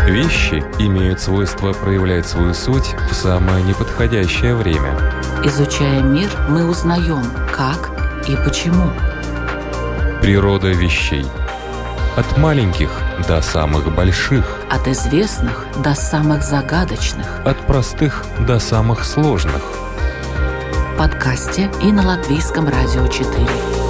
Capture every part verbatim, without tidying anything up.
Вещи имеют свойство проявлять свою суть в самое неподходящее время. Изучая мир, мы узнаем, как и почему. Природа вещей. От маленьких до самых больших. От известных до самых загадочных. От простых до самых сложных. В подкасте и на Латвийском радио четыре.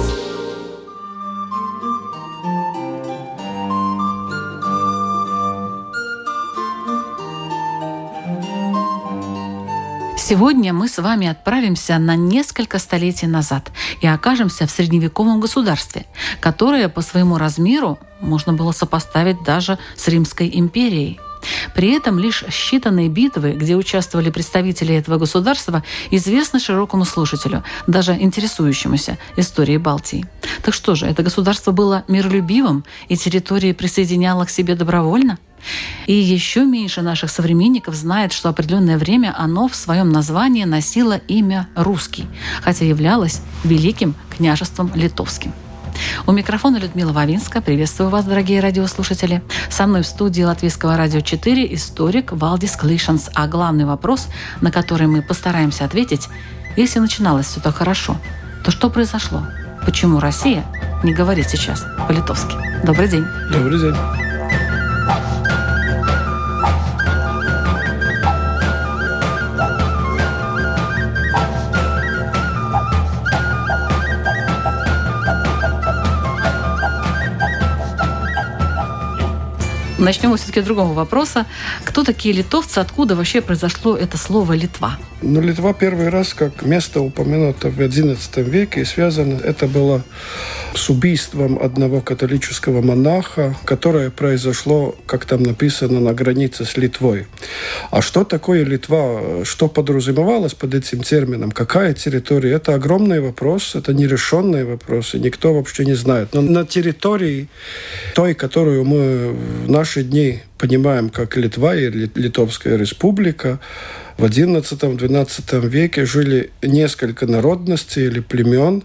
Сегодня мы с вами отправимся на несколько столетий назад и окажемся в средневековом государстве, которое по своему размеру можно было сопоставить даже с Римской империей. При этом лишь считанные битвы, где участвовали представители этого государства, известны широкому слушателю, даже интересующемуся историей Балтии. Так что же, это государство было миролюбивым и территории присоединяло к себе добровольно? И еще меньше наших современников знает, что определенное время оно в своем названии носило имя «Русский», хотя являлось Великим княжеством Литовским. У микрофона Людмила Вавинска. Приветствую вас, дорогие радиослушатели. Со мной в студии Латвийского радио четыре историк Валдис Клишанс. А главный вопрос, на который мы постараемся ответить: если начиналось все так хорошо, то что произошло? Почему Россия не говорит сейчас по-литовски? Добрый день. Добрый день. Начнем все-таки с другого вопроса. Кто такие литовцы? Откуда вообще произошло это слово «Литва»? Ну, Литва первый раз, как место упомянуто в одиннадцатом веке, и связано это было с убийством одного католического монаха, которое произошло, как там написано, на границе с Литвой. А что такое Литва? Что подразумевалось под этим термином? Какая территория? Это огромный вопрос, это нерешенные вопросы, никто вообще не знает. Но на территории той, которую мы в наши дни понимаем как Литва и Литовская республика, в одиннадцатом-двенадцатом веке жили несколько народностей или племен.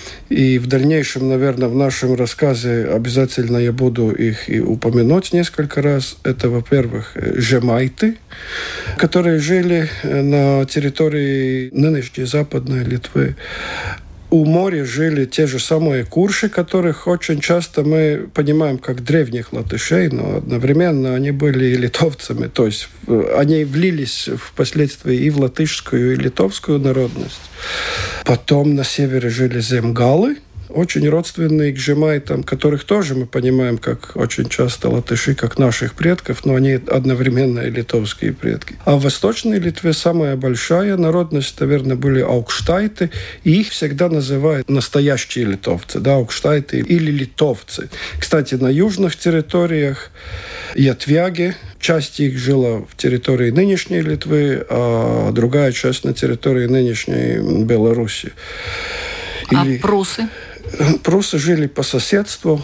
И в дальнейшем, наверное, в нашем рассказе обязательно я буду их и упомянуть несколько раз. Это, во-первых, жемайты, которые жили на территории нынешней Западной Литвы. У моря жили те же самые курши, которых очень часто мы понимаем как древних латышей, но одновременно они были и литовцами. То есть они влились впоследствии и в латышскую, и литовскую народность. Потом на севере жили земгалы, очень родственные к жемайтам, которых тоже мы понимаем как очень часто латыши, как наших предков, но они одновременно и литовские предки. А в Восточной Литве самая большая народность, наверное, были аукштайты, и их всегда называют настоящие литовцы, да, аукштайты или литовцы. Кстати, на южных территориях ятвяги, часть их жила в территории нынешней Литвы, а другая часть на территории нынешней Беларуси. Или... А прусы? Прусы жили по соседству.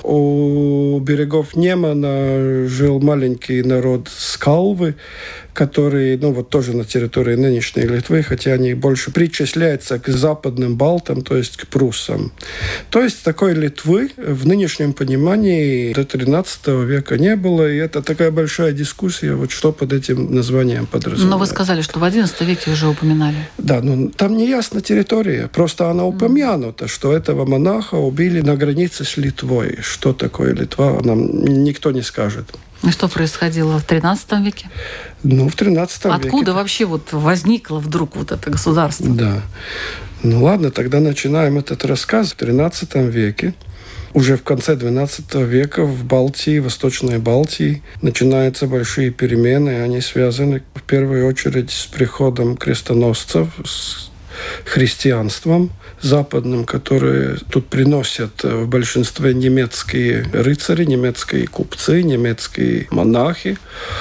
У берегов Немана жил маленький народ скалвы, которые, ну вот тоже на территории нынешней Литвы, хотя они больше причисляются к западным балтам, то есть к пруссам. То есть такой Литвы в нынешнем понимании до тринадцатого века не было, и это такая большая дискуссия, вот что под этим названием подразумевается. Но вы сказали, что в одиннадцатом веке уже упоминали. Да, ну там не ясна территория, просто она упомянута, что этого монаха убили на границе с Литвой. Что такое Литва, нам никто не скажет. И что происходило в тринадцатом веке? Ну, в тринадцатом веке. Откуда вообще вот возникло вдруг вот это государство? Да. Ну ладно, тогда начинаем этот рассказ. В тринадцатом веке, уже в конце двенадцатого века в Балтии, Восточной Балтии, начинаются большие перемены. Они связаны в первую очередь с приходом крестоносцев, с христианством западным, которые тут приносят в большинстве немецкие рыцари, немецкие купцы, немецкие монахи.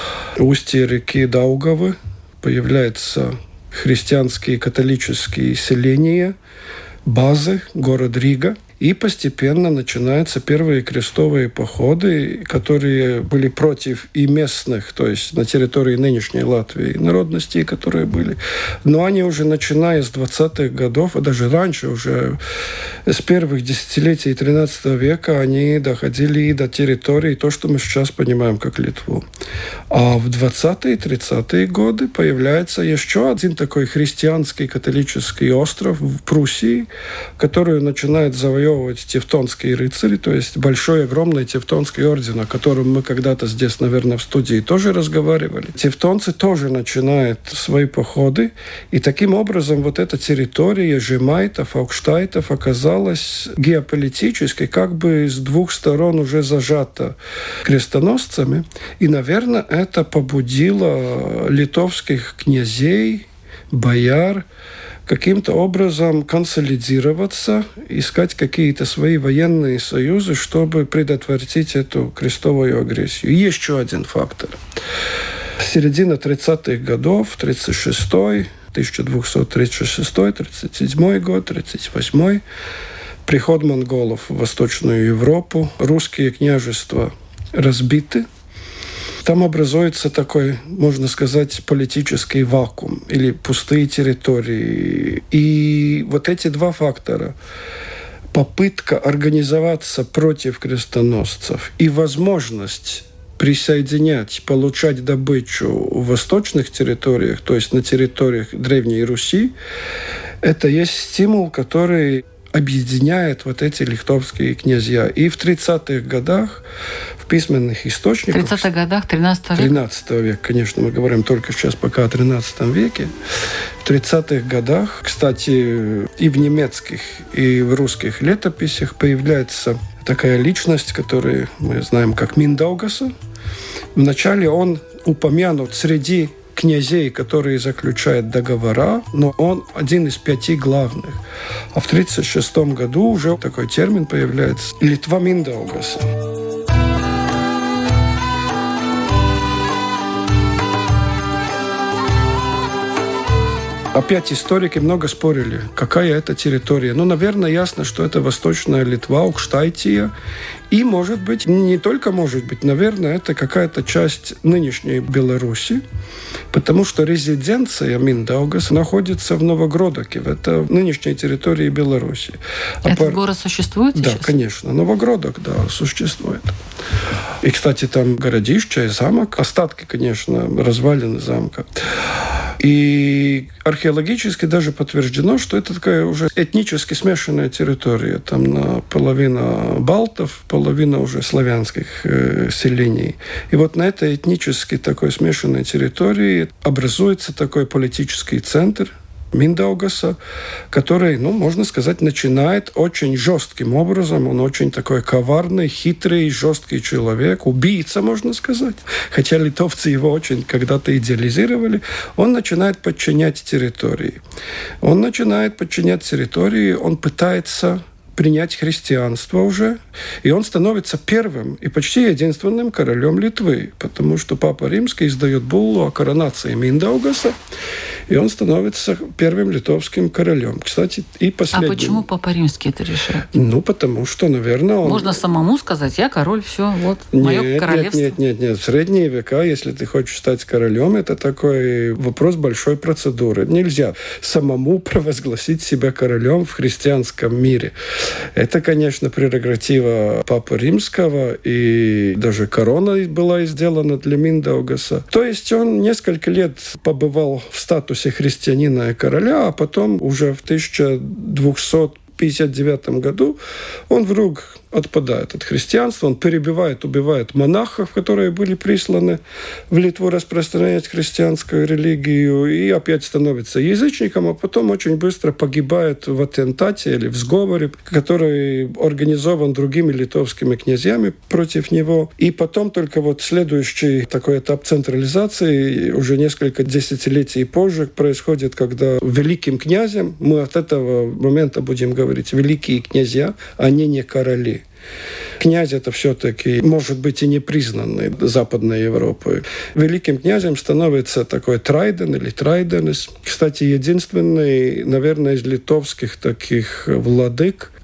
В устье реки Даугавы появляются христианские католические селения, базы, город Рига. И постепенно начинаются первые крестовые походы, которые были против и местных, то есть на территории нынешней Латвии, народностей, которые были. Но они уже начиная с двадцатых годов, а даже раньше, уже с первых десятилетий тринадцатого века, они доходили и до территории, то, что мы сейчас понимаем как Литву. А в двадцатые тридцатые годы появляется еще один такой христианский католический остров в Пруссии, который начинает завоевывать тевтонские рыцари, то есть большой, огромный тевтонский орден, о котором мы когда-то здесь, наверное, в студии тоже разговаривали. Тевтонцы тоже начинают свои походы, и таким образом вот эта территория жемайтов, аукштайтов оказалась геополитически как бы с двух сторон уже зажата крестоносцами, и, наверное, это побудило литовских князей, бояр каким-то образом консолидироваться, искать какие-то свои военные союзы, чтобы предотвратить эту крестовую агрессию. И еще один фактор. Середина тридцатых годов, тридцать шестой, тысяча двести тридцать шестой, тридцать седьмой год, тридцать восьмой, приход монголов в Восточную Европу, русские княжества разбиты. Там образуется такой, можно сказать, политический вакуум или пустые территории. И вот эти два фактора – попытка организоваться против крестоносцев и возможность присоединять, получать добычу в восточных территориях, то есть на территориях Древней Руси, это есть стимул, который объединяет вот эти литовские князья. И в тридцатых годах в письменных источниках... В тридцатых годах тринадцатого века? тринадцатого века, конечно, мы говорим только сейчас пока о тринадцатом веке. В тридцатых годах, кстати, и в немецких, и в русских летописях появляется такая личность, которую мы знаем как Миндаугаса. Вначале он упомянут среди князей, которые заключают договора, но он один из пяти главных. А в тридцать шестом году уже такой термин появляется – Литва Миндаугаса. Опять историки много спорили, какая это территория. Ну, наверное, ясно, что это Восточная Литва, Аукштайтия. И, может быть, не только может быть, наверное, это какая-то часть нынешней Беларуси, потому что резиденция Миндаугаса находится в Новогродоке, это нынешней территории Беларуси. Этот а пар... город существует да, сейчас? Да, конечно. Новогродок, да, существует. И, кстати, там городище и замок. Остатки, конечно, развалины замка. И археологически даже подтверждено, что это такая уже этнически смешанная территория. Там наполовину балтов, половина уже славянских э, селений. И вот на этой этнически такой смешанной территории образуется такой политический центр Миндаугаса, который, ну, можно сказать, начинает очень жестким образом. Он очень такой коварный, хитрый, жесткий человек, убийца, можно сказать. Хотя литовцы его очень когда-то идеализировали. Он начинает подчинять территории. Он начинает подчинять территории, он пытается принять христианство уже, и он становится первым и почти единственным королем Литвы, потому что Папа Римский издает буллу о коронации Миндаугаса, и он становится первым литовским королем. Кстати, и последним. А почему Папа Римский это решает? Ну, потому что, наверное, он... Можно самому сказать, я король, все, вот, мое нет, королевство. Нет, нет, нет, нет. В средние века, если ты хочешь стать королем, это такой вопрос большой процедуры. Нельзя самому провозгласить себя королем в христианском мире. Это, конечно, прерогатива Папы Римского, и даже корона была сделана для Миндаугаса. То есть он несколько лет побывал в статусе христианина и короля, а потом уже в тысяча двести пятьдесят девятом году он вдруг отпадает от христианства, он перебивает, убивает монахов, которые были присланы в Литву распространять христианскую религию, и опять становится язычником, а потом очень быстро погибает в аттентате или в сговоре, который организован другими литовскими князьями против него. И потом только вот следующий такой этап централизации, уже несколько десятилетий позже, происходит, когда великим князем, мы от этого момента будем говорить великие князья, они не короли. Князь это все-таки, может быть, и не признанный Западной Европой. Великим князем становится такой Трайден или Трайденес. Кстати, единственный, наверное, из литовских таких владык,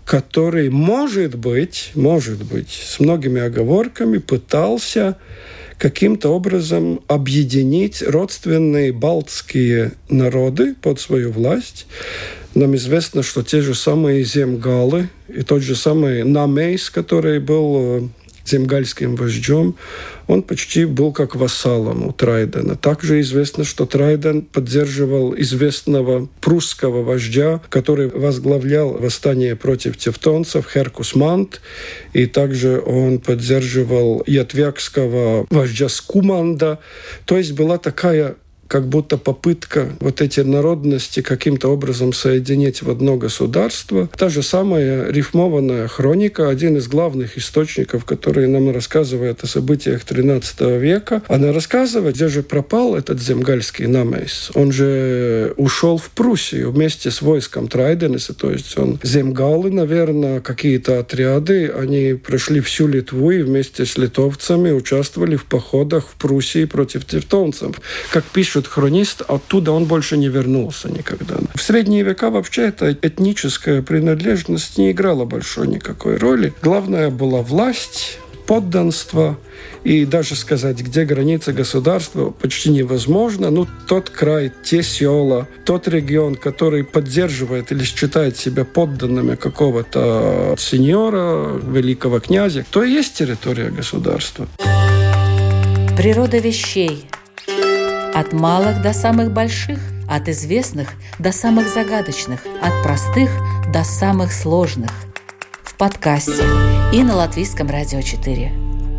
который, может быть, может быть, с многими оговорками пытался каким-то образом объединить родственные балтские народы под свою власть. Нам известно, что те же самые земгалы и тот же самый Намейс, который был земгальским вождем, он почти был как вассалом у Трайдена. Также известно, что Трайден поддерживал известного прусского вождя, который возглавлял восстание против тевтонцев, Херкус Мант, и также он поддерживал ятвякского вождя Скуманда. То есть была такая как будто попытка вот эти народности каким-то образом соединить в одно государство. Та же самая рифмованная хроника, один из главных источников, который нам рассказывает о событиях тринадцатого века. Она рассказывает, где же пропал этот земгальский Намейс. Он же ушел в Пруссию вместе с войском Трайденеса, то есть он земгалы, наверное, какие-то отряды, они прошли всю Литву и вместе с литовцами участвовали в походах в Пруссии против тевтонцев. Как пишут хронист, оттуда он больше не вернулся никогда. В средние века вообще эта этническая принадлежность не играла большой никакой роли. Главное была власть, подданство, и даже сказать, где границы государства, почти невозможно. Ну, тот край, те села, тот регион, который поддерживает или считает себя подданными какого-то сеньора, великого князя, то и есть территория государства. Природа вещей. От малых до самых больших, от известных до самых загадочных, от простых до самых сложных. В подкасте и на Латвийском радио четыре.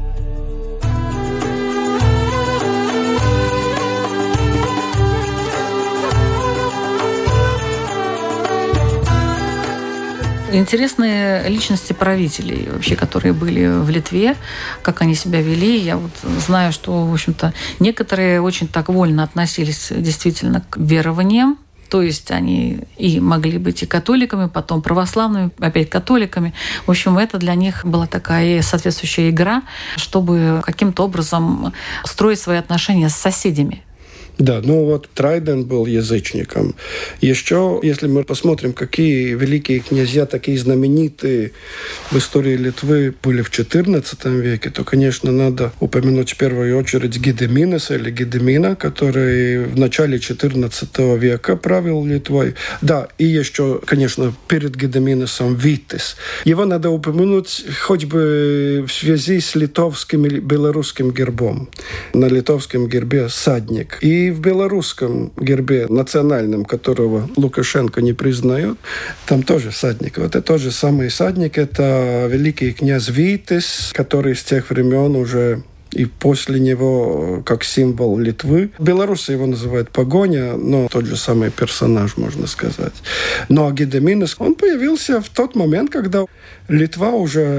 Интересные личности правителей, вообще, которые были в Литве, как они себя вели. Я вот знаю, что, в общем-то, некоторые очень так вольно относились действительно к верованиям. То есть они и могли быть и католиками, потом православными, опять католиками. В общем, это для них была такая соответствующая игра, чтобы каким-то образом строить свои отношения с соседями. Да, ну вот Трайден был язычником. Еще, если мы посмотрим, какие великие князья, такие знаменитые в истории Литвы были в четырнадцатом веке, то, конечно, надо упомянуть в первую очередь Гедеминеса или Гедемина, который в начале четырнадцатого века правил Литвой. Да, и еще, конечно, перед Гедеминесом Витис. Его надо упомянуть хоть бы в связи с литовским или белорусским гербом. На литовском гербе садник. И в белорусском гербе национальном, которого Лукашенко не признает, там тоже садник. Вот это тот же самый садник. Это великий князь Витис, который с тех времен уже и после него как символ Литвы. Белорусы его называют Погоня, но тот же самый персонаж, можно сказать. Но Гедеминес, он появился в тот момент, когда Литва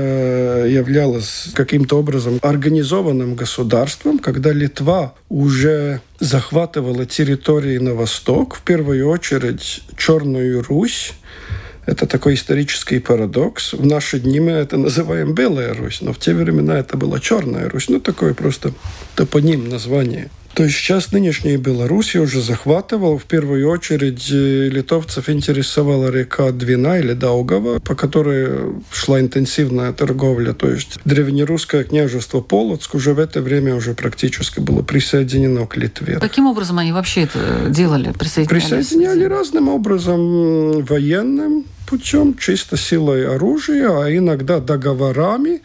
уже являлась каким-то образом организованным государством, когда Литва уже захватывала территории на восток, в первую очередь Черную Русь. Это такой исторический парадокс. В наши дни мы это называем Белая Русь, но в те времена это была Черная Русь. Ну, такое просто топоним, название. То есть сейчас нынешняя Беларусь уже захватывала. В первую очередь литовцев интересовала река Двина или Даугава, по которой шла интенсивная торговля. То есть древнерусское княжество Полоцк уже в это время уже практически было присоединено к Литве. Каким образом они вообще это делали? Присоединяли разным образом, военным путем, чисто силой оружия, а иногда договорами.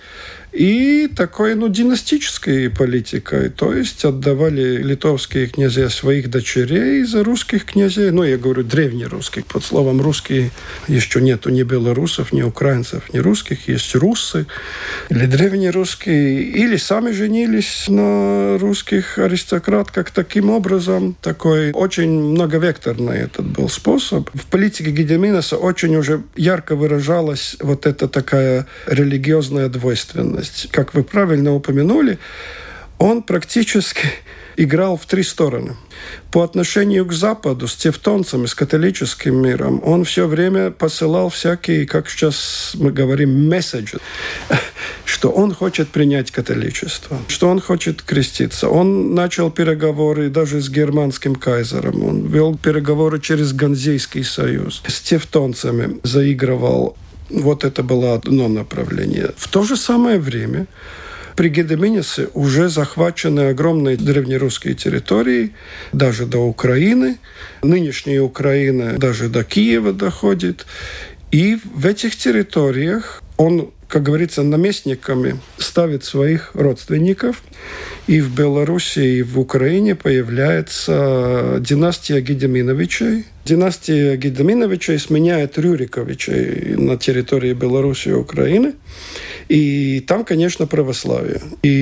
И такой, ну, династической политикой. То есть отдавали литовские князья своих дочерей за русских князей. Ну, я говорю древнерусских. Под словом русские еще нету ни белорусов, ни украинцев, ни русских. Есть руссы или древнерусские. Или сами женились на русских аристократках. Таким образом, такой очень многовекторный этот был способ. В политике Гедеминеса очень уже ярко выражалась вот эта такая религиозная двойственность. Как вы правильно упомянули, он практически играл в три стороны. По отношению к Западу, с тевтонцами, с католическим миром, он все время посылал всякие, как сейчас мы говорим, месседжи, что он хочет принять католичество, что он хочет креститься. Он начал переговоры даже с германским кайзером, он вел переговоры через Ганзейский союз, с тевтонцами заигрывал. Вот это было одно направление. В то же самое время при Гедеминесе уже захвачены огромные древнерусские территории, даже до Украины. Нынешняя Украина даже до Киева доходит. И в этих территориях он, как говорится, наместниками ставит своих родственников. И в Беларуси, и в Украине появляется династия Гедеминовичей. Династия Гедеминовичей сменяет Рюриковичей на территории Беларуси и Украины. И там, конечно, православие.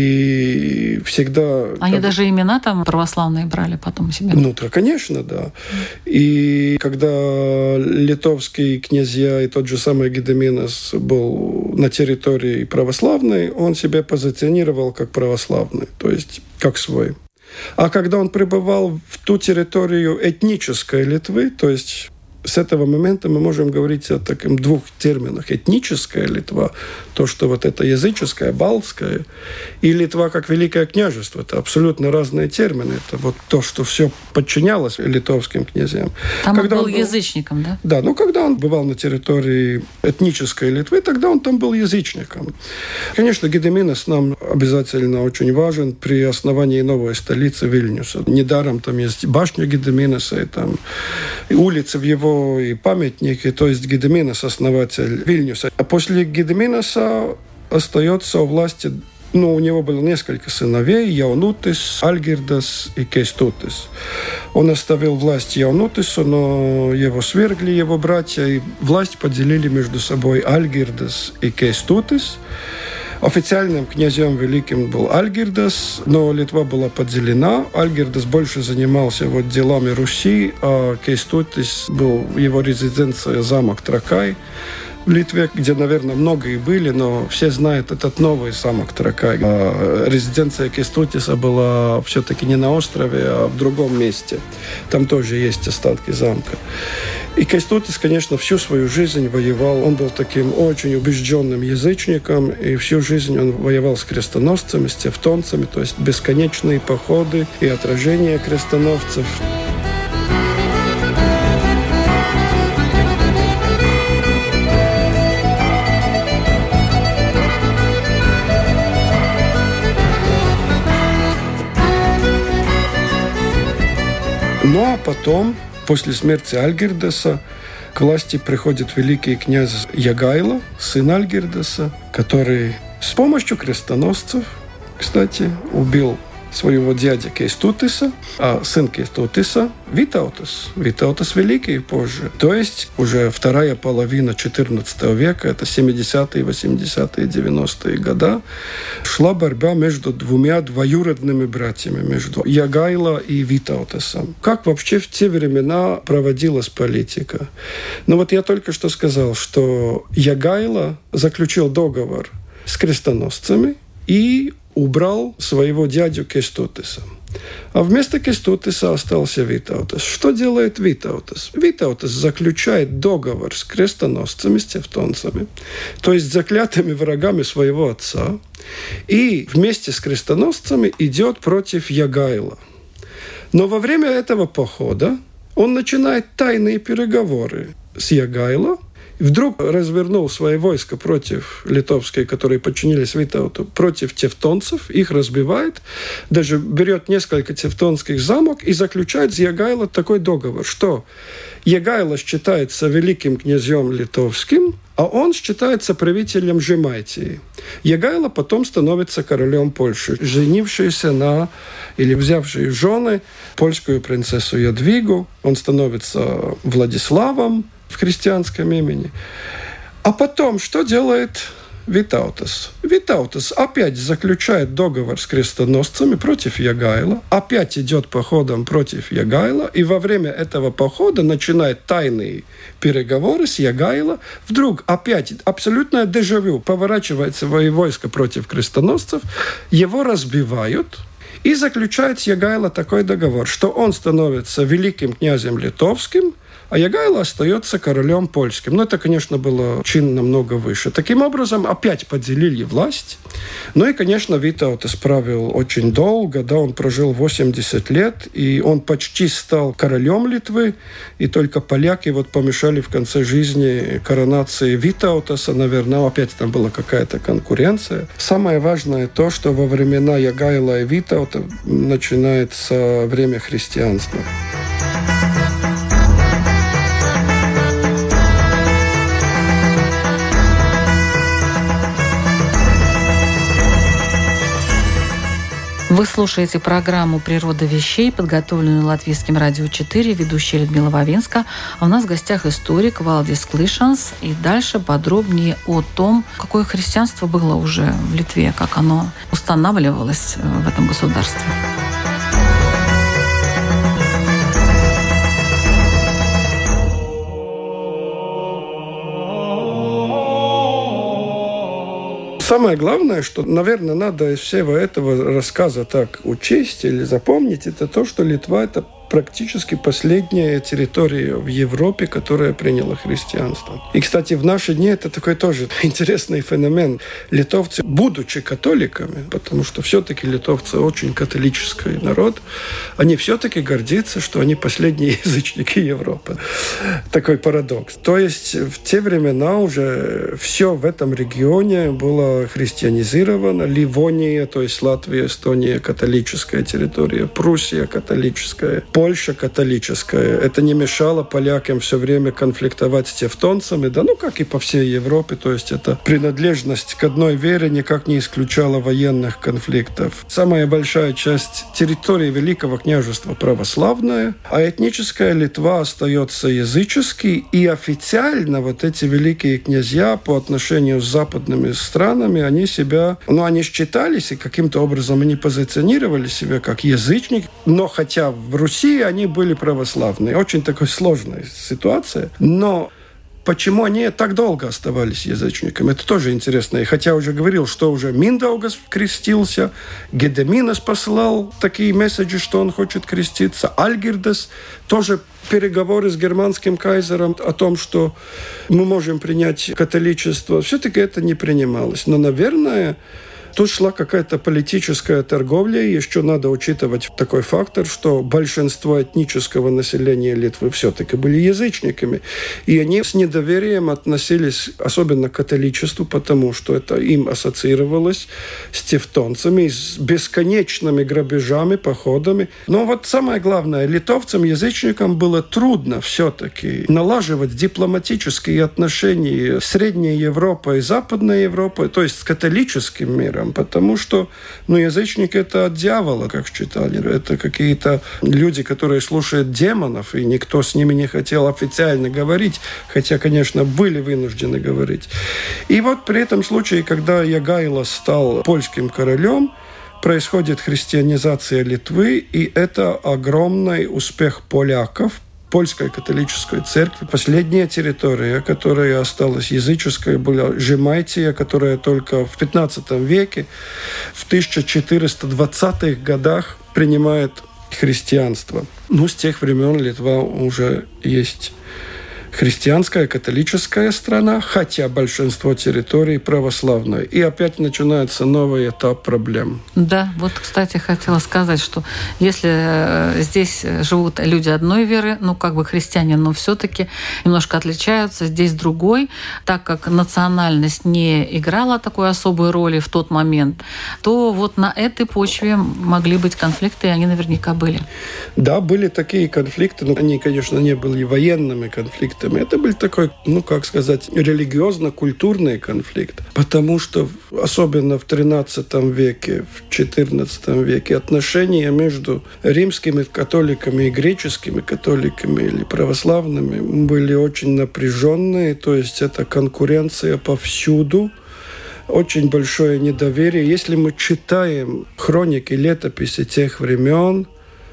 И всегда... Они как... даже имена там православные брали потом себе? Ну, да, конечно, да. И когда литовские князья и тот же самый Гедеминес был на территории православной, он себя позиционировал как православный, то есть как свой. А когда он пребывал в ту территорию этнической Литвы, то есть с этого момента мы можем говорить о таких двух терминах. Этническая Литва, то, что вот это языческая, балтская, и Литва как Великое княжество. Это абсолютно разные термины. Это вот то, что все подчинялось литовским князьям. Там когда он был он был язычником, да? Да, но когда он бывал на территории этнической Литвы, тогда он там был язычником. Конечно, Гедеминес нам обязательно очень важен при основании новой столицы Вильнюса. Недаром там есть башня Гедеминеса, и там и улицы в его и памятники, то есть Гедеминес, основатель Вильнюса. А после Гедеминеса остается у власти, ну, у него было несколько сыновей, Яунутис, Альгирдас и Кейстутис. Он оставил власть Яунутису, но его свергли его братья, и власть поделили между собой Альгирдас и Кейстутис. Официальным князем великим был Альгирдас, но Литва была поделена. Альгирдас больше занимался вот делами Руси, а Кейстутис был его резиденция, замок Тракай в Литве, где, наверное, много и были, но все знают этот новый замок Тракай. А резиденция Кейстутиса была все-таки не на острове, а в другом месте. Там тоже есть остатки замка. И Кейстутис, конечно, всю свою жизнь воевал. Он был таким очень убежденным язычником, и всю жизнь он воевал с крестоносцами, с тевтонцами, то есть бесконечные походы и отражения крестоносцев. Ну а потом, после смерти Альгирдаса, к власти приходит великий князь Ягайло, сын Альгирдаса, который с помощью крестоносцев, кстати, убил своего дядю Кейстутиса, а сын Кейстутиса – Витаутас. Витаутас Великий позже. То есть уже вторая половина четырнадцатого века, это семидесятые, восьмидесятые, девяностые годы, шла борьба между двумя двоюродными братьями, между Ягайло и Витаутасом. Как вообще в те времена проводилась политика? Ну вот я только что сказал, что Ягайло заключил договор с крестоносцами и убрал своего дядю Кейстутиса. А вместо Кейстутиса остался Витаутас. Что делает Витаутас? Витаутас заключает договор с крестоносцами, с тевтонцами, то есть заклятыми врагами своего отца, и вместе с крестоносцами идет против Ягайло. Но во время этого похода он начинает тайные переговоры с Ягайло, вдруг развернул свои войска против литовской, которые подчинились Витауту, против тевтонцев, их разбивает, даже берет несколько тевтонских замок и заключает с Ягайло такой договор, что Ягайло считается великим князем литовским, а он считается правителем Жемайтии. Ягайло потом становится королем Польши, женившийся на, или взявший в жены польскую принцессу Ядвигу. Он становится Владиславом в христианском имени. А потом, что делает Витаутас? Витаутас опять заключает договор с крестоносцами против Ягайло, опять идет походом против Ягайло, и во время этого похода начинает тайные переговоры с Ягайло. Вдруг опять абсолютное дежавю, поворачивает свои войска против крестоносцев, его разбивают, и заключает с Ягайло такой договор, что он становится великим князем литовским, а Ягайло остается королем польским. Но это, конечно, было чин намного выше. Таким образом, опять поделили власть. Ну и, конечно, Витаутас правил очень долго, да, он прожил восемьдесят лет, и он почти стал королем Литвы, и только поляки вот помешали в конце жизни коронации Витаутаса, наверное, опять там была какая-то конкуренция. Самое важное то, что во времена Ягайла и Витаута начинается время христианства. Вы слушаете программу «Природа вещей», подготовленную Латвийским радио четыре, ведущая Людмила Вавинска. А у нас в гостях историк Валдис Клишанс. И дальше подробнее о том, какое христианство было уже в Литве, как оно устанавливалось в этом государстве. Самое главное, что, наверное, надо из всего этого рассказа так учесть или запомнить, это то, что Литва – это практически последняя территория в Европе, которая приняла христианство. И, кстати, в наши дни это такой тоже интересный феномен. Литовцы, будучи католиками, потому что все-таки литовцы очень католический народ, они все-таки гордятся, что они последние язычники Европы. Такой парадокс. То есть в те времена уже все в этом регионе было христианизировано. Ливония, то есть Латвия, Эстония, католическая территория, Пруссия, католическая, Польша католическая. Это не мешало полякам все время конфликтовать с тевтонцами, да, ну, как и по всей Европе. То есть эта принадлежность к одной вере никак не исключала военных конфликтов. Самая большая часть территории Великого княжества православная, а этническая Литва остается языческой, и официально вот эти великие князья по отношению с западными странами, они себя, ну, они считались и каким-то образом они позиционировали себя как язычники, но хотя в Руси они были православные. Очень такая сложная ситуация. Но почему они так долго оставались язычниками? Это тоже интересно. И хотя уже говорил, что уже Миндаугас крестился, Гедеминас послал такие месседжи, что он хочет креститься, Альгирдас тоже переговоры с германским кайзером о том, что мы можем принять католичество. Все-таки это не принималось. Но, наверное, тут шла какая-то политическая торговля, и еще надо учитывать такой фактор, что большинство этнического населения Литвы все-таки были язычниками, и они с недоверием относились особенно к католичеству, потому что это им ассоциировалось с тевтонцами, с бесконечными грабежами, походами. Но вот самое главное, литовцам, язычникам было трудно все-таки налаживать дипломатические отношения с Средней Европой и Западной Европой, то есть с католическим миром. Потому что, ну, язычники – это от дьявола, как считали. Это какие-то люди, которые слушают демонов, и никто с ними не хотел официально говорить, хотя, конечно, были вынуждены говорить. И вот при этом случае, когда Ягайло стал польским королем, происходит христианизация Литвы, и это огромный успех поляков, Польской католической церкви. Последняя территория, которая осталась языческой, была Жемайтия, которая только в пятнадцатом веке, в тысяча четыреста двадцатых годах принимает христианство. Ну, с тех времен Литва уже есть христианская, католическая страна, хотя большинство территорий православное. И опять начинается новый этап проблем. Да, вот, кстати, хотела сказать, что если здесь живут люди одной веры, ну, как бы христиане, но все-таки немножко отличаются, здесь другой, так как национальность не играла такой особой роли в тот момент, то вот на этой почве могли быть конфликты, и они наверняка были. Да, были такие конфликты, но они, конечно, не были военными конфликтами. Это был такой, ну, как сказать, религиозно-культурный конфликт. Потому что, особенно в тринадцатом веке, в четырнадцатом веке, отношения между римскими католиками и греческими католиками или православными были очень напряженные. То есть это конкуренция повсюду. Очень большое недоверие. Если мы читаем хроники, летописи тех времен,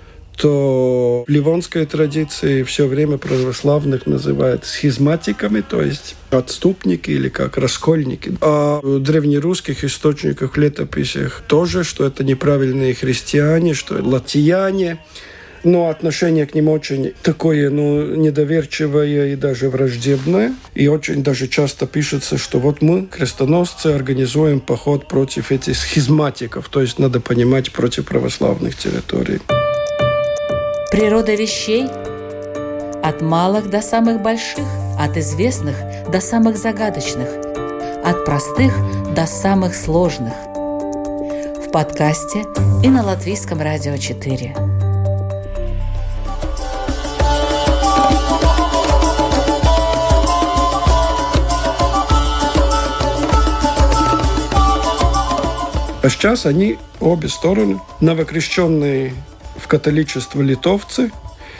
то в ливонской традиции все время православных называют схизматиками, то есть отступники или как раскольники. А в древнерусских источниках, летописях тоже, что это неправильные христиане, что латияне. но отношение к ним очень такое, ну, недоверчивое и даже враждебное. И очень даже часто пишется, что вот мы, крестоносцы, организуем поход против этих схизматиков, то есть, надо понимать, против православных территорий. Природа вещей от малых до самых больших, от известных до самых загадочных, от простых до самых сложных. В подкасте и на Латвийском радио четыре. А сейчас они, обе стороны, новокрещенные в католичество литовцы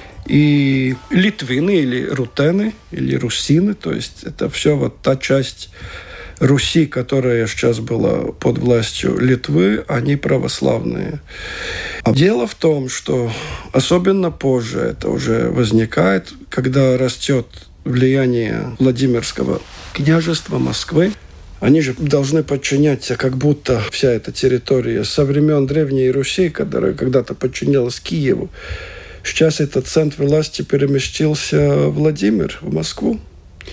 и литвины или рутены, или русины, то есть это все вот та часть Руси, которая сейчас была под властью Литвы, они православные. А дело в том, что особенно позже это уже возникает, когда растет влияние Владимирского княжества Москвы. Они же должны подчиняться, как будто вся эта территория со времен Древней Руси, которая когда-то подчинялась Киеву. Сейчас этот центр власти переместился в Владимир, в Москву.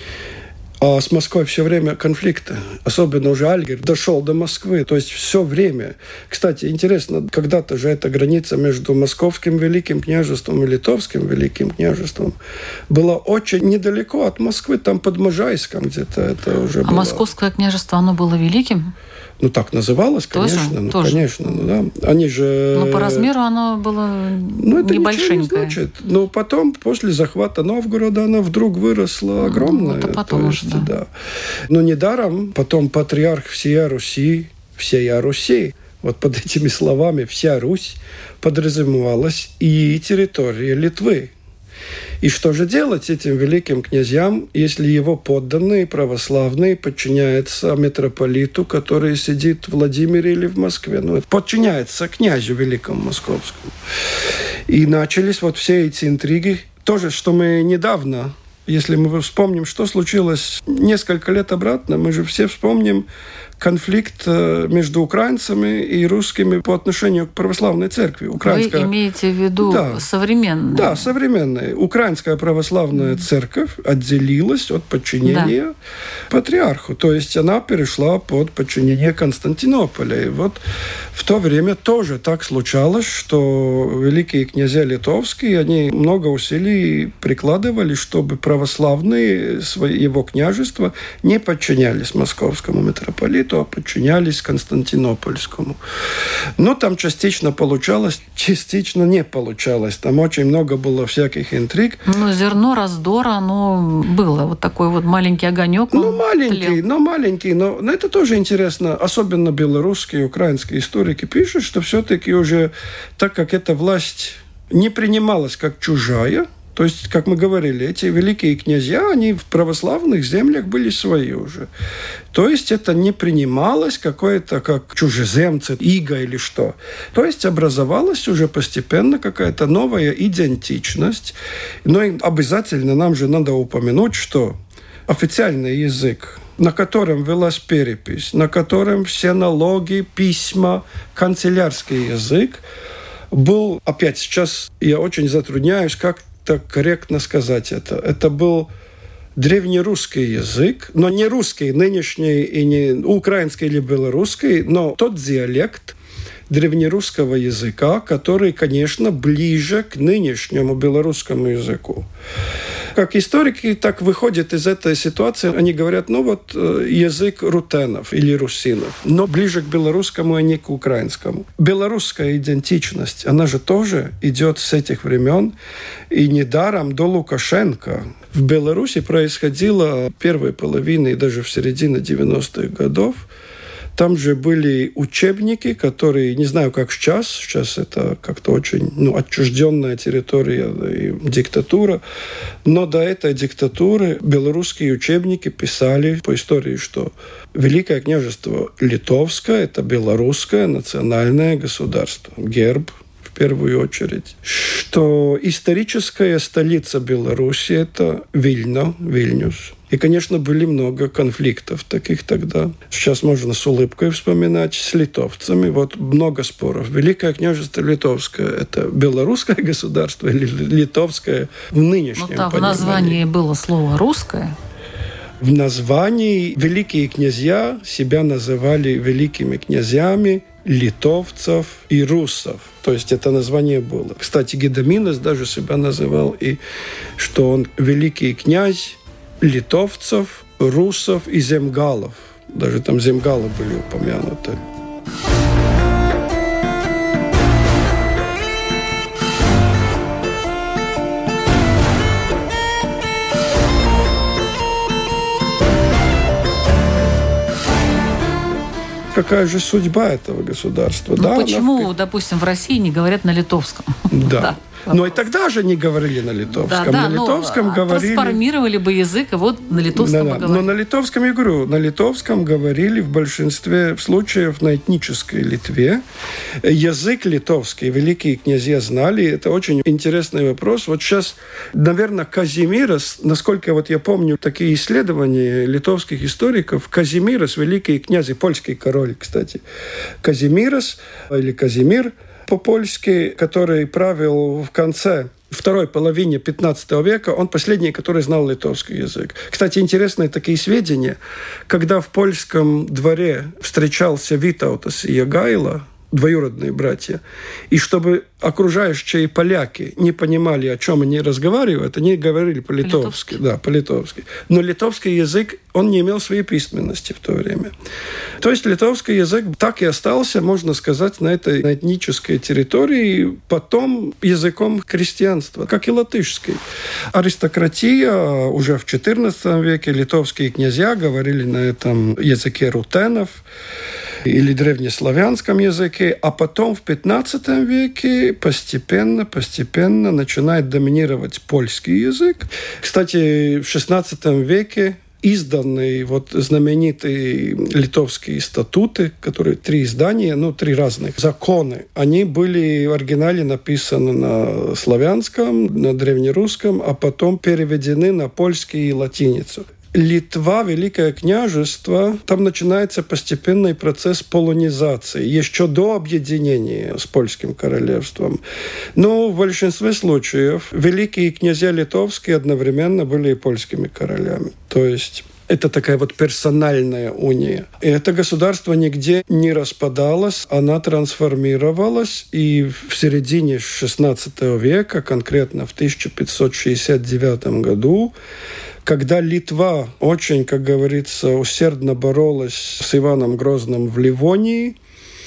А с Москвой все время конфликты. Особенно уже Альгер дошел до Москвы. То есть все время. Кстати, интересно, когда-то же эта граница между Московским Великим княжеством и Литовским Великим княжеством была очень недалеко от Москвы. Там под Можайском где-то это уже было. А Московское княжество, оно было великим? Ну, так называлось, конечно. Тоже? Ну, Тоже. конечно. Ну, да. Они же... Но по размеру оно было ну, это небольшенькое. Ничего не значит. Но потом, после захвата Новгорода, оно вдруг выросло огромное. Ну, это потом То уже, есть, да. да. Но недаром потом патриарх всея Руси, всея Руси, вот под этими словами «вся Русь» подразумевалась и территория Литвы. И что же делать этим великим князьям, если его подданные православные подчиняются митрополиту, который сидит в Владимире или в Москве? Ну, это подчиняется князю великому московскому. И начались вот все эти интриги. То же, что мы недавно, если мы вспомним, что случилось несколько лет обратно, мы же все вспомним конфликт между украинцами и русскими по отношению к православной церкви. Украинская... Вы имеете в виду да. современную? Да, современная. Украинская православная mm. церковь отделилась от подчинения да. патриарху. То есть она перешла под подчинение Константинополя. И вот в то время тоже так случалось, что великие князья литовские, они много усилий прикладывали, чтобы православные его княжества не подчинялись московскому митрополиту, то подчинялись Константинопольскому. Но там частично получалось, частично не получалось. Там очень много было всяких интриг. Но зерно раздора, оно было. Вот такой вот маленький огонек. Ну, маленький, но маленький. Но, но это тоже интересно. Особенно белорусские, украинские историки пишут, что все-таки уже, так как эта власть не принималась как чужая, то есть, как мы говорили, эти великие князья, они в православных землях были свои уже. То есть, это не принималось какое-то как чужеземцы, иго или что. То есть, образовалась уже постепенно какая-то новая идентичность. Но обязательно нам же надо упомянуть, что официальный язык, на котором велась перепись, на котором все налоги, письма, канцелярский язык, был, опять сейчас я очень затрудняюсь, как так корректно сказать это. Это был древнерусский язык, но не русский нынешний и не украинский или белорусский, но тот диалект древнерусского языка, который, конечно, ближе к нынешнему белорусскому языку. Как историки так выходят из этой ситуации, они говорят, ну вот язык рутенов или русинов, но ближе к белорусскому, а не к украинскому. Белорусская идентичность, она же тоже идет с этих времен, и недаром до Лукашенко в Беларуси происходило в первой половине и даже в середине девяностых годов. Там же были учебники, которые, не знаю, как сейчас, сейчас это как-то очень ну, отчужденная территория и диктатура, но до этой диктатуры белорусские учебники писали по истории, что Великое княжество Литовское – это белорусское национальное государство, герб в первую очередь, что историческая столица Беларуси – это Вильно, Вильнюс. И, конечно, были много конфликтов таких тогда. Сейчас можно с улыбкой вспоминать с литовцами. Вот много споров. Великое княжество Литовское – это белорусское государство или литовское в нынешнем понимании? Ну, в названии было слово «русское». В названии великие князья себя называли великими князьями литовцев и руссов. То есть это название было. Кстати, Гедоминос даже себя называл, и что он великий князь литовцев, руссов и земгалов. Даже там земгалы были упомянуты. Какая же судьба этого государства? Ну, да, почему, она... допустим, в России не говорят на литовском? Да. да. Но и тогда же не говорили на литовском. Да, да, на литовском говорили... трансформировали бы язык, и вот на литовском да, да. говорили. Но на литовском, я говорю, на литовском говорили в большинстве случаев на этнической Литве. Язык литовский великие князья знали. Это очень интересный вопрос. Вот сейчас, наверное, Казимирос, насколько вот я помню такие исследования литовских историков, Казимирос, великий князь и польский король, кстати, Казимирос или Казимир по-польски, который правил в конце второй половине пятнадцатого века, он последний, который знал литовский язык. Кстати, интересные такие сведения. Когда в польском дворе встречался Витаутас и Ягайло, двоюродные братья, и чтобы окружающие поляки не понимали, о чем они разговаривают, они говорили по-литовски. по-литовски. Да, по-литовски. Но литовский язык, он не имел своей письменности в то время. То есть литовский язык так и остался, можно сказать, на этой на этнической территории, потом языком крестьянства, как и латышский. Аристократия уже в четырнадцатом веке, литовские князья говорили на этом языке рутенов или древнеславянском языке, а потом в пятнадцатом веке постепенно, постепенно начинает доминировать польский язык. Кстати, в шестнадцатом веке изданные вот знаменитые литовские статуты, которые три издания, ну, три разных законы, они были в оригинале написаны на славянском, на древнерусском, а потом переведены на польский и латиницу. Литва, Великое княжество, там начинается постепенный процесс полонизации, еще до объединения с польским королевством. Но в большинстве случаев великие князья литовские одновременно были и польскими королями. То есть это такая вот персональная уния. И это государство нигде не распадалось, она трансформировалась, и в середине шестнадцатого века, конкретно в тысяча пятьсот шестьдесят девятом году, когда Литва очень, как говорится, усердно боролась с Иваном Грозным в Ливонии,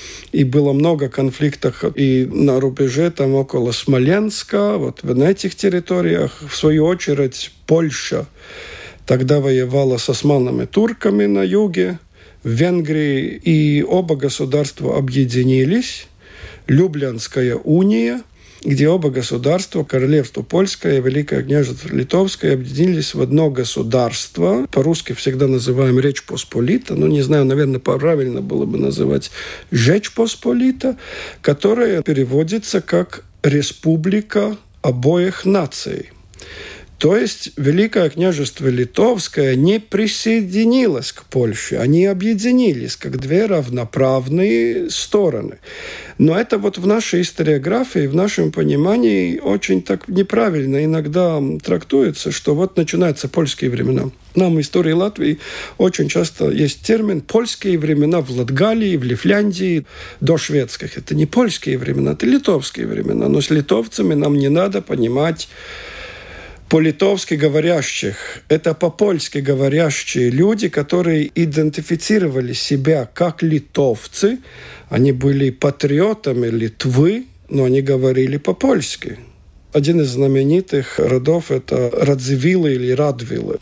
и было много конфликтов и на рубеже, там около Смоленска, вот на этих территориях. В свою очередь, Польша тогда воевала с османами турками на юге, в Венгрии, и оба государства объединились. Люблянская уния, где оба государства, Королевство Польское и Великое княжество Литовское, объединились в одно государство. По-русски всегда называем Речь Посполита, но не знаю, наверное, правильно было бы называть Жечь Посполита, которая переводится как «Республика обоих наций». То есть Великое княжество Литовское не присоединилось к Польше, они объединились как две равноправные стороны. Но это вот в нашей историографии, в нашем понимании очень так неправильно иногда трактуется, что вот начинаются польские времена. Нам в истории Латвии очень часто есть термин «польские времена» в Латгалии, в Лифляндии, до шведских. Это не польские времена, это литовские времена. Но с литовцами нам не надо понимать по-литовски говорящих. Это по-польски говорящие люди, которые идентифицировали себя как литовцы. Они были патриотами Литвы, но они говорили по-польски. Один из знаменитых родов – это Радзивиллы или Радвилы.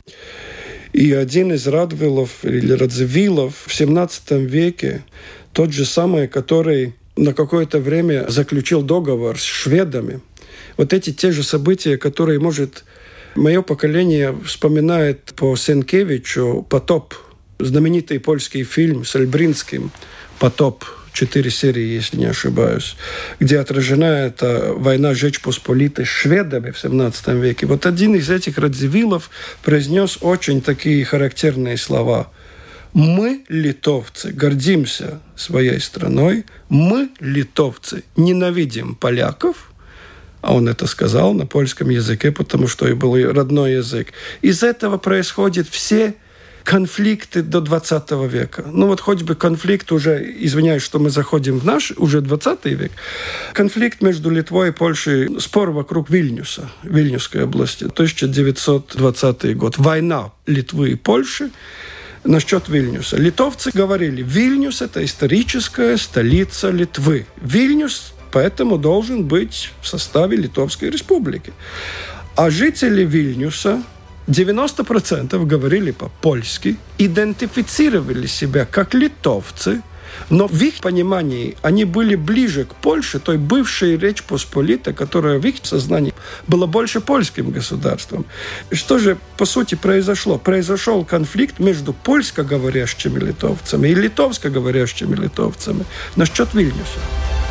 И один из Радвилов или Радзивиллов в семнадцатом веке, тот же самый, который на какое-то время заключил договор с шведами. Вот эти те же события, которые, может, мое поколение вспоминает по Сенкевичу «Потоп», знаменитый польский фильм с Эльбринским «Потоп», четыре серии, если не ошибаюсь, где отражена эта война Жечь Посполитой с шведами в семнадцатом веке. Вот один из этих Радзивиллов произнес очень такие характерные слова. «Мы, литовцы, гордимся своей страной. Мы, литовцы, ненавидим поляков». А он это сказал на польском языке, потому что и был родной язык. Из этого происходят все конфликты до двадцатого века. Ну вот хоть бы конфликт уже, извиняюсь, что мы заходим в наш, уже двадцатый век, конфликт между Литвой и Польшей, спор вокруг Вильнюса, Вильнюсской области, тысяча девятьсот двадцатый год. Война Литвы и Польши насчет Вильнюса. Литовцы говорили, Вильнюс – это историческая столица Литвы. Вильнюс поэтому должен быть в составе Литовской республики. А жители Вильнюса девяносто процентов говорили по-польски, идентифицировали себя как литовцы, но в их понимании они были ближе к Польше, той бывшей Речь Посполитой, которая в их сознании была больше польским государством. Что же, по сути, произошло? Произошел конфликт между польскоговорящими литовцами и литовскоговорящими литовцами насчет Вильнюса.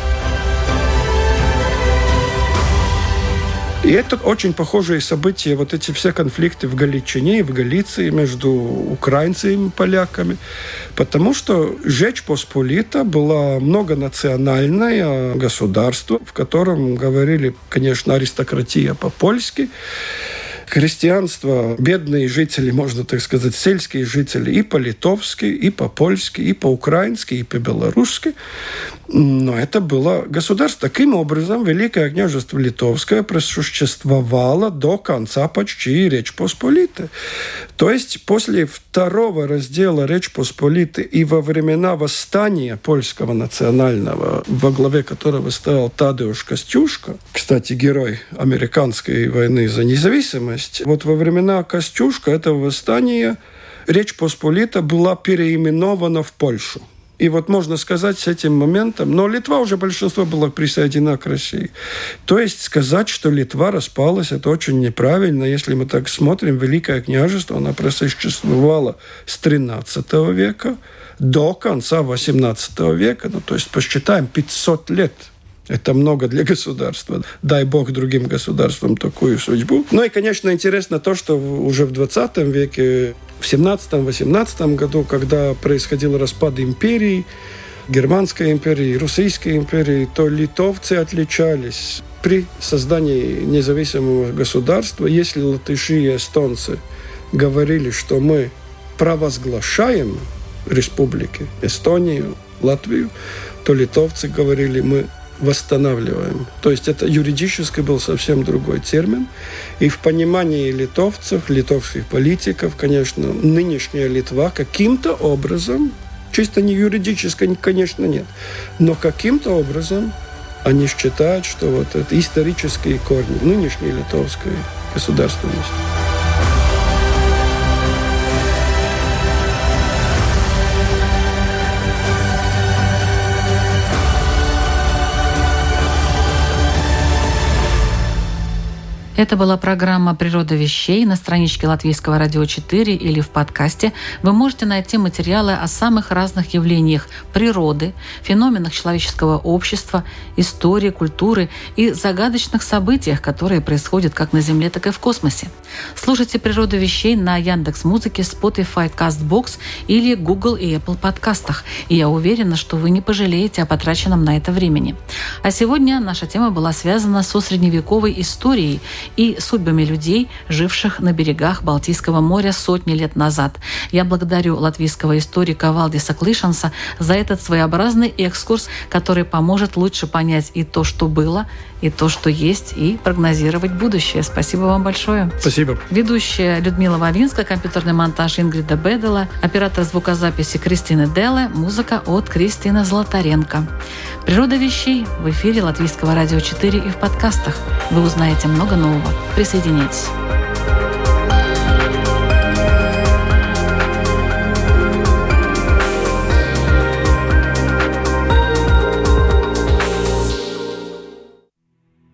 И это очень похожие события, вот эти все конфликты в Галичине и в Галиции между украинцами и поляками, потому что Жечь Посполита была многонациональное государство, в котором говорили, конечно, аристократия по-польски, крестьянство, бедные жители, можно так сказать, сельские жители и по-литовски, и по-польски, и по-украински, и по-белорусски. Но это было государство. Таким образом, Великое княжество Литовское просуществовало до конца почти Речь Посполитой. То есть после второго раздела Речь Посполитой и во времена восстания польского национального, во главе которого стоял Тадeusz Костюшка, кстати, герой американской войны за независимость, вот во времена Костюшка этого восстания Речь Посполита была переименована в Польшу. И вот можно сказать с этим моментом, но Литва уже большинство было присоединено к России. То есть сказать, что Литва распалась, это очень неправильно. Если мы так смотрим, Великое княжество, оно просуществовало с тринадцатого века до конца восемнадцатого века. Ну, то есть посчитаем пятьсот лет. Это много для государства. Дай бог другим государствам такую судьбу. Ну и, конечно, интересно то, что уже в двадцатом веке, в семнадцатом-восемнадцатом году, когда происходил распад империи, Германской империи, Российской империи, то литовцы отличались при создании независимого государства. Если латыши и эстонцы говорили, что мы провозглашаем республики Эстонию, Латвию, то литовцы говорили, мы восстанавливаем. То есть это юридически был совсем другой термин. И в понимании литовцев, литовских политиков, конечно, нынешняя Литва каким-то образом, чисто не юридически, конечно, нет, но каким-то образом они считают, что вот это исторические корни нынешней литовской государственности. Это была программа «Природа вещей» на страничке Латвийского радио четыре или в подкасте. Вы можете найти материалы о самых разных явлениях природы, феноменах человеческого общества, истории, культуры и загадочных событиях, которые происходят как на Земле, так и в космосе. Слушайте «Природу вещей» на Яндекс.Музыке, Spotify, Castbox или Google и Apple подкастах. И я уверена, что вы не пожалеете о потраченном на это времени. А сегодня наша тема была связана со средневековой историей и судьбами людей, живших на берегах Балтийского моря сотни лет назад. Я благодарю латвийского историка Валдиса Клишанса за этот своеобразный экскурс, который поможет лучше понять и то, что было, и то, что есть, и прогнозировать будущее. Спасибо вам большое. Спасибо. Ведущая Людмила Вавинска, компьютерный монтаж Ингрида Бедела, оператор звукозаписи Кристина Деле, музыка от Кристины Златаренко. «Природа вещей» в эфире Латвийского радио четыре и в подкастах. Вы узнаете много нового. Присоединяйтесь.